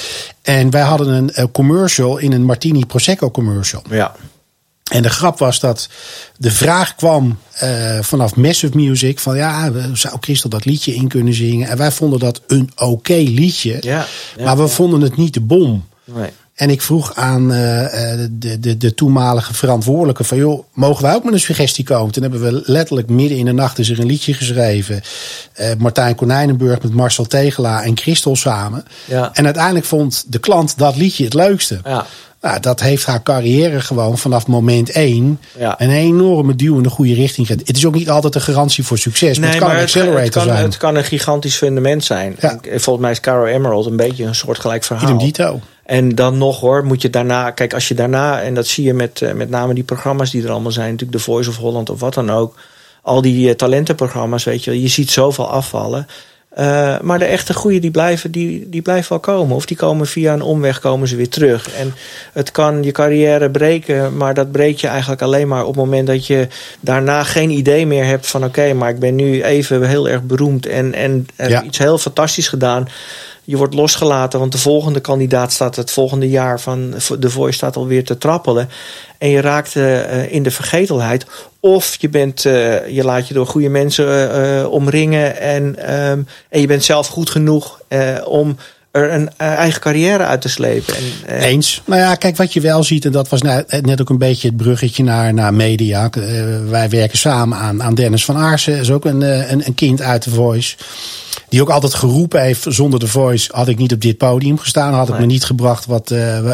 En wij hadden een uh, commercial in een Martini Prosecco commercial. Ja. En de grap was dat de vraag kwam uh, vanaf Massive Music van ja, zou Crystal dat liedje in kunnen zingen? En wij vonden dat een oké okay liedje, ja, ja, maar we ja. vonden het niet de bom. Nee. En ik vroeg aan uh, de, de, de toenmalige verantwoordelijke van joh, mogen wij ook met een suggestie komen? Toen hebben we letterlijk midden in de nacht is er een liedje geschreven. Uh, Martijn Konijnenburg met Marcel Tegelaar en Crystal samen. Ja. En uiteindelijk vond de klant dat liedje het leukste. Ja. Nou, dat heeft haar carrière gewoon vanaf moment één ja. een enorme duw in de goede richting. Het is ook niet altijd een garantie voor succes, maar nee, het kan maar een accelerator het kan, zijn. Het kan een gigantisch fundament zijn. Ja. Volgens mij is Caro Emerald een beetje een soortgelijk verhaal. Idem dito. En dan nog hoor, moet je daarna, kijk als je daarna, en dat zie je met, met name die programma's die er allemaal zijn, natuurlijk de Voice of Holland of wat dan ook. Al die uh, talentenprogramma's, weet je wel, je ziet zoveel afvallen. Uh, maar de echte goeie die blijven, die, die blijven wel komen. Of die komen via een omweg, komen ze weer terug. En het kan je carrière breken, maar dat breekt je eigenlijk alleen maar op het moment dat je daarna geen idee meer hebt van oké, okay, maar ik ben nu even heel erg beroemd en, en heb ja. iets heel fantastisch gedaan. je wordt losgelaten, want de volgende kandidaat staat het volgende jaar van The Voice staat alweer te trappelen. En je raakt uh, in de vergetelheid. Of je, bent, uh, je laat je door goede mensen uh, omringen. En, um, en je bent zelf goed genoeg uh, om er een uh, eigen carrière uit te slepen. En, uh, Eens. Nou ja, kijk, wat je wel ziet, en dat was net, net ook een beetje het bruggetje naar, naar media. Uh, wij werken samen aan, aan Dennis van Aarsen. Dat is ook een, een, een kind uit The Voice. Die ook altijd geroepen heeft, zonder The Voice had ik niet op dit podium gestaan. Had ik nee. me niet gebracht wat, uh,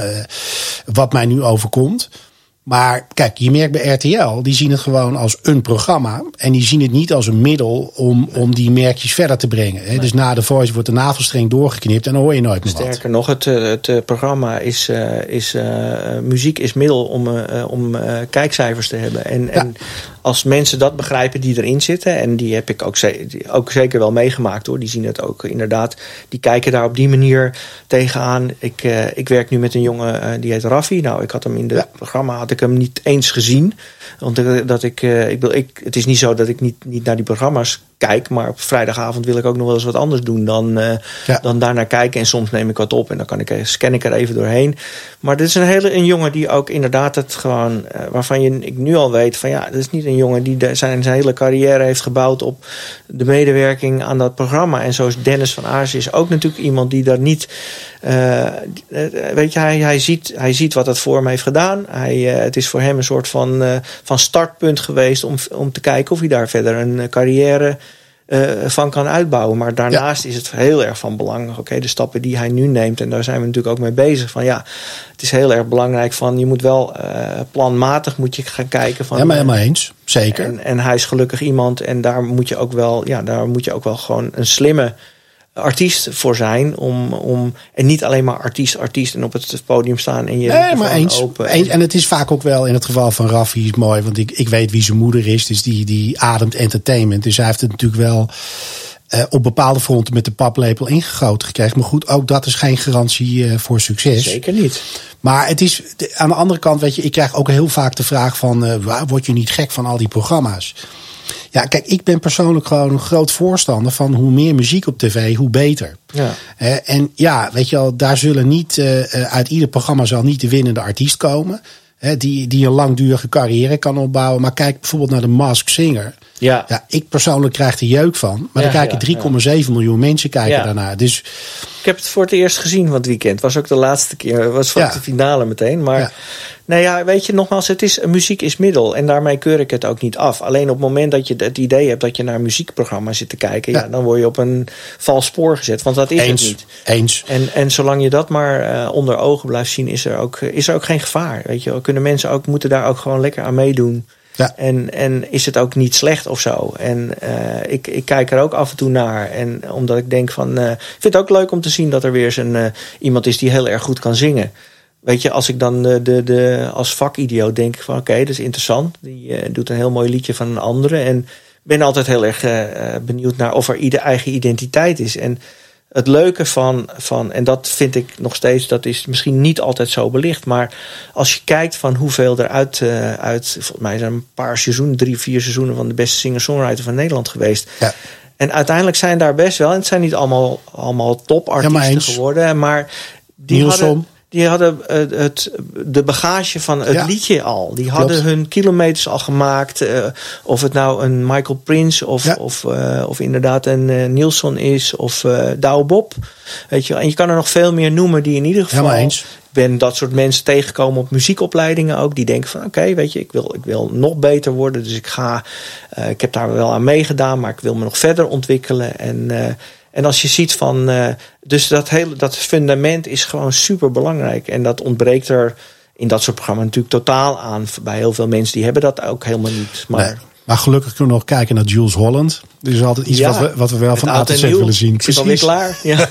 wat mij nu overkomt. Maar kijk, je merkt bij R T L, die zien het gewoon als een programma. En die zien het niet als een middel om, om die merkjes verder te brengen. Nee. Dus na The Voice wordt de navelstreng doorgeknipt en dan hoor je nooit meer wat. Sterker nog, het, het programma is, uh, is uh, muziek is middel om, uh, om uh, kijkcijfers te hebben. En, ja. en als mensen dat begrijpen die erin zitten, en die heb ik ook, ze- ook zeker wel meegemaakt hoor. Die zien het ook inderdaad, die kijken daar op die manier tegenaan. Ik, uh, ik werk nu met een jongen uh, die heet Raffi. Nou, ik had hem in het ja. programma, had ik hem niet eens gezien. Want dat ik, uh, ik, wil, ik, het is niet zo dat ik niet, niet naar die programma's kijk, maar op vrijdagavond wil ik ook nog wel eens wat anders doen dan, uh, ja. dan daarnaar kijken. En soms neem ik wat op en dan kan ik, scan ik er even doorheen. Maar dit is een hele een jongen die ook inderdaad het gewoon, uh, waarvan je ik nu al weet van ja, dit is niet een jongen die de, zijn, zijn hele carrière heeft gebouwd op de medewerking aan dat programma. En zoals Dennis van Aarsen is ook natuurlijk iemand die daar niet, uh, weet je, hij, hij, ziet, hij ziet wat het voor hem heeft gedaan. Hij, uh, het is voor hem een soort van, uh, van startpunt geweest om, om te kijken of hij daar verder een uh, carrière Uh, van kan uitbouwen. Maar daarnaast ja. is het heel erg van belang. Oké, okay, de stappen die hij nu neemt, en daar zijn we natuurlijk ook mee bezig. Van ja, het is heel erg belangrijk van je moet wel uh, planmatig moet je gaan kijken. Van, ja, maar helemaal eens. Zeker. En, en hij is gelukkig iemand en daar moet je ook wel, ja, daar moet je ook wel gewoon een slimme artiest voor zijn. Om, om, en niet alleen maar artiest, artiest en op het podium staan en je nee, maar eens. open. En, en het is vaak ook wel in het geval van Raffi is mooi, want ik, ik weet wie zijn moeder is. Dus die, die ademt entertainment. Dus hij heeft het natuurlijk wel uh, op bepaalde fronten met de paplepel ingegoten gekregen. Maar goed, ook dat is geen garantie uh, voor succes. Zeker niet. Maar het is aan de andere kant, weet je, ik krijg ook heel vaak de vraag van, uh, word je niet gek van al die programma's? Ja, kijk, ik ben persoonlijk gewoon een groot voorstander van hoe meer muziek op tv, hoe beter. Ja. Uh, en ja, weet je wel, daar zullen niet, uh, uit ieder programma zal niet de winnende artiest komen. Uh, die, die een langdurige carrière kan opbouwen. Maar kijk bijvoorbeeld naar de Masked Singer. Ja. Ja, ik persoonlijk krijg er jeuk van. Maar ja, dan kijken ja, drie komma zeven ja. miljoen mensen kijken ja. daarnaar. Dus ik heb het voor het eerst gezien van het weekend. Was ook de laatste keer. Was van ja. de finale meteen. Maar ja. nou ja, weet je, nogmaals, het is, muziek is middel. En daarmee keur ik het ook niet af. Alleen op het moment dat je het idee hebt dat je naar een muziekprogramma zit te kijken, ja. Ja, dan word je op een vals spoor gezet. Want dat is Eens. het niet. Eens. En, en zolang je dat maar uh, onder ogen blijft zien, is er ook, is er ook geen gevaar. Weet je, kunnen mensen ook, moeten daar ook gewoon lekker aan meedoen. Ja. En, en is het ook niet slecht of zo. En uh, ik, ik kijk er ook af en toe naar. En omdat ik denk van, uh, ik vind het ook leuk om te zien dat er weer eens een, uh, iemand is die heel erg goed kan zingen. Weet je, als ik dan de, de, de, als vakidioot denk van oké, okay, dat is interessant. Die uh, doet een heel mooi liedje van een andere. En ben altijd heel erg uh, benieuwd naar of er ieder eigen identiteit is. En het leuke van, van, en dat vind ik nog steeds, dat is misschien niet altijd zo belicht. Maar als je kijkt van hoeveel er uit, uh, uit volgens mij zijn een paar seizoenen, drie, vier seizoenen van de beste singer-songwriter van Nederland geweest. Ja. En uiteindelijk zijn daar best wel, en het zijn niet allemaal, allemaal topartiesten ja, maar geworden, maar die Nielsen. hadden, die hadden uh, het, de bagage van het ja. liedje al. Die hadden Klopt. hun kilometers al gemaakt. Uh, of het nou een Michael Prince of, ja. of, uh, of inderdaad een uh, Nielsen is of uh, Douwe Bob. Weet je, en je kan er nog veel meer noemen die in ieder geval. Helemaal eens. Ik ben dat soort mensen tegengekomen op muziekopleidingen ook. Die denken van oké, okay, weet je, ik wil, ik wil nog beter worden. Dus ik ga, uh, ik heb daar wel aan meegedaan, maar ik wil me nog verder ontwikkelen. En uh, En als je ziet van, uh, dus dat hele dat fundament is gewoon super belangrijk. En dat ontbreekt er in dat soort programma's natuurlijk totaal aan. Bij heel veel mensen die hebben dat ook helemaal niet. Maar, nee, maar gelukkig kunnen we nog kijken naar Jules Holland. Dus is altijd iets ja, wat, we, wat we wel van A tot Z willen zien. Ik zit alweer klaar. Ja.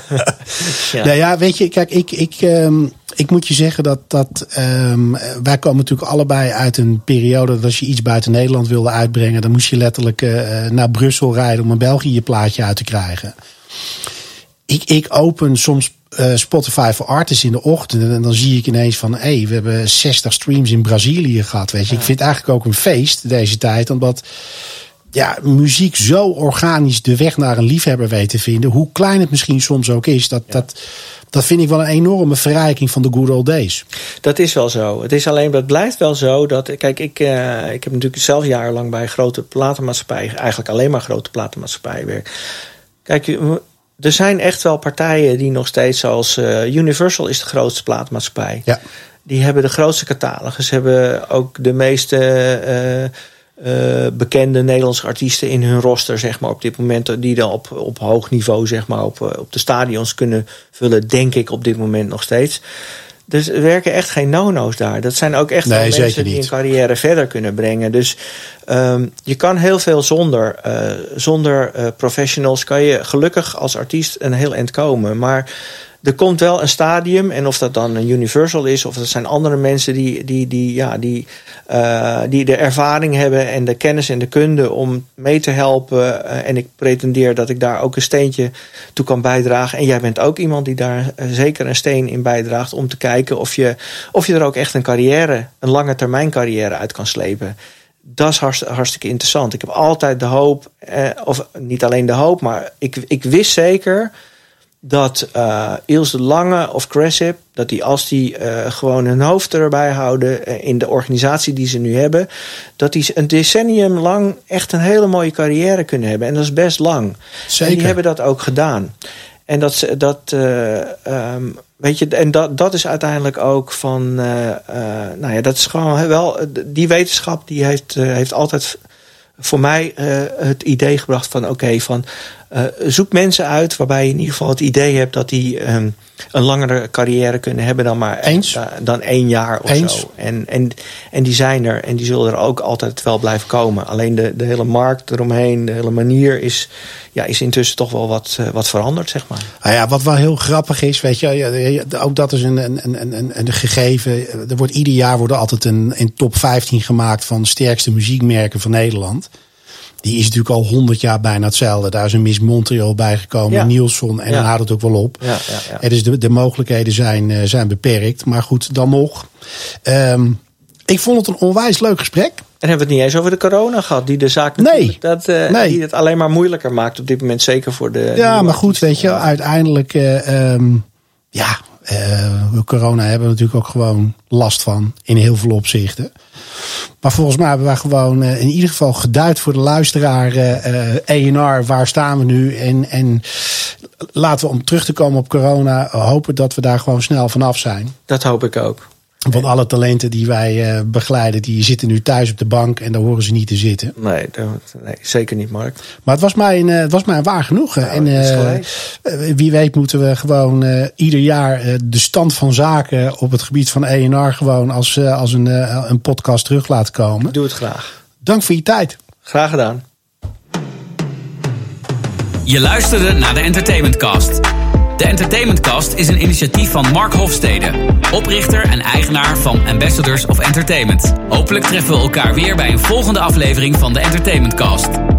ja. Nou ja, weet je, kijk, ik, ik, um, ik moet je zeggen dat, dat um, wij komen natuurlijk allebei uit een periode dat als je iets buiten Nederland wilde uitbrengen, dan moest je letterlijk uh, naar Brussel rijden om een België plaatje uit te krijgen. Ik, ik open soms uh, Spotify voor Artists in de ochtend en dan zie ik ineens van, hé, hey, we hebben zestig streams in Brazilië gehad. Weet je, ja. Ik vind het eigenlijk ook een feest deze tijd, omdat ja, muziek zo organisch de weg naar een liefhebber weet te vinden. Hoe klein het misschien soms ook is. Dat, ja. dat, dat vind ik wel een enorme verrijking van de good old days. Dat is wel zo. Het is alleen, het blijft wel zo dat. Kijk, ik, uh, ik heb natuurlijk zelf jarenlang bij grote platenmaatschappijen, eigenlijk alleen maar grote platenmaatschappijen werk. Kijk, er zijn echt wel partijen die nog steeds, zoals uh, Universal is de grootste platenmaatschappij. Ja. Die hebben de grootste catalogus, hebben ook de meeste uh, uh, bekende Nederlandse artiesten in hun roster, zeg maar, op dit moment, die dan op, op hoog niveau, zeg maar, op, op de stadions kunnen vullen, denk ik op dit moment nog steeds. Dus er werken echt geen no-no's daar. Dat zijn ook echt nee, mensen die een carrière verder kunnen brengen. Dus um, je kan heel veel zonder, uh, zonder uh, professionals, kan je gelukkig als artiest een heel eind komen. Maar er komt wel een stadium, en of dat dan een Universal is, of dat zijn andere mensen die, die, die, ja, die, uh, die de ervaring hebben en de kennis en de kunde om mee te helpen. Uh, en ik pretendeer dat ik daar ook een steentje toe kan bijdragen. En jij bent ook iemand die daar uh, zeker een steen in bijdraagt om te kijken of je, of je er ook echt een carrière, een lange termijn carrière uit kan slepen. Dat is hartst, hartstikke interessant. Ik heb altijd de hoop, uh, of niet alleen de hoop, maar ik, ik wist zeker dat uh, Iels de Lange of Cressip, dat die als die uh, gewoon hun hoofd erbij houden uh, in de organisatie die ze nu hebben, dat die een decennium lang echt een hele mooie carrière kunnen hebben. En dat is best lang. Zeker. En die hebben dat ook gedaan. En dat, dat uh, um, weet je, en dat, dat is uiteindelijk ook van, uh, uh, nou ja, dat is gewoon wel, die wetenschap die heeft, uh, heeft altijd voor mij uh, het idee gebracht van, oké, okay, van uh, zoek mensen uit waarbij je in ieder geval het idee hebt dat die um, een langere carrière kunnen hebben dan maar Eens. Uh, dan één jaar of Eens. zo. En, en, en die zijn er en die zullen er ook altijd wel blijven komen. Alleen de, de hele markt eromheen, de hele manier is, ja, is intussen toch wel wat, uh, wat veranderd, zeg maar. Nou ja, wat wel heel grappig is, weet je, ook dat is een, een, een, een, een gegeven. Er wordt ieder jaar worden altijd een, een top vijftien gemaakt van de sterkste muziekmerken van Nederland. Die is natuurlijk al honderd jaar bijna hetzelfde. Daar is een Miss Montreal bijgekomen, ja. Nielsen. En ja. dan houdt het ook wel op. Ja, ja, ja. En dus de, de mogelijkheden zijn, uh, zijn beperkt. Maar goed, dan nog. Um, ik vond het een onwijs leuk gesprek. En hebben we het niet eens over de corona gehad. Die de zaak nee. dat, uh, nee. die het alleen maar moeilijker maakt op dit moment. Zeker voor de... Ja, maar goed, weet je. Uiteindelijk... Uh, um, ja, uh, corona hebben we natuurlijk ook gewoon last van. In heel veel opzichten. Maar volgens mij hebben wij gewoon uh, in ieder geval geduid voor de luisteraar. Uh, uh, E en R, waar staan we nu? En, en laten we om terug te komen op corona hopen dat we daar gewoon snel vanaf zijn. Dat hoop ik ook. Want alle talenten die wij uh, begeleiden, die zitten nu thuis op de bank en daar horen ze niet te zitten. Nee, nee zeker niet, Mark. Maar het was mij een, het was mij een waar genoegen. Nou, en uh, wie weet moeten we gewoon uh, ieder jaar uh, de stand van zaken op het gebied van E en R gewoon als, uh, als een, uh, een podcast terug laten komen. Doe het graag. Dank voor je tijd. Graag gedaan. Je luisterde naar de Entertainmentcast. De Entertainmentcast is een initiatief van Mark Hofstede, oprichter en eigenaar van Ambassadors of Entertainment. Hopelijk treffen we elkaar weer bij een volgende aflevering van de Entertainmentcast.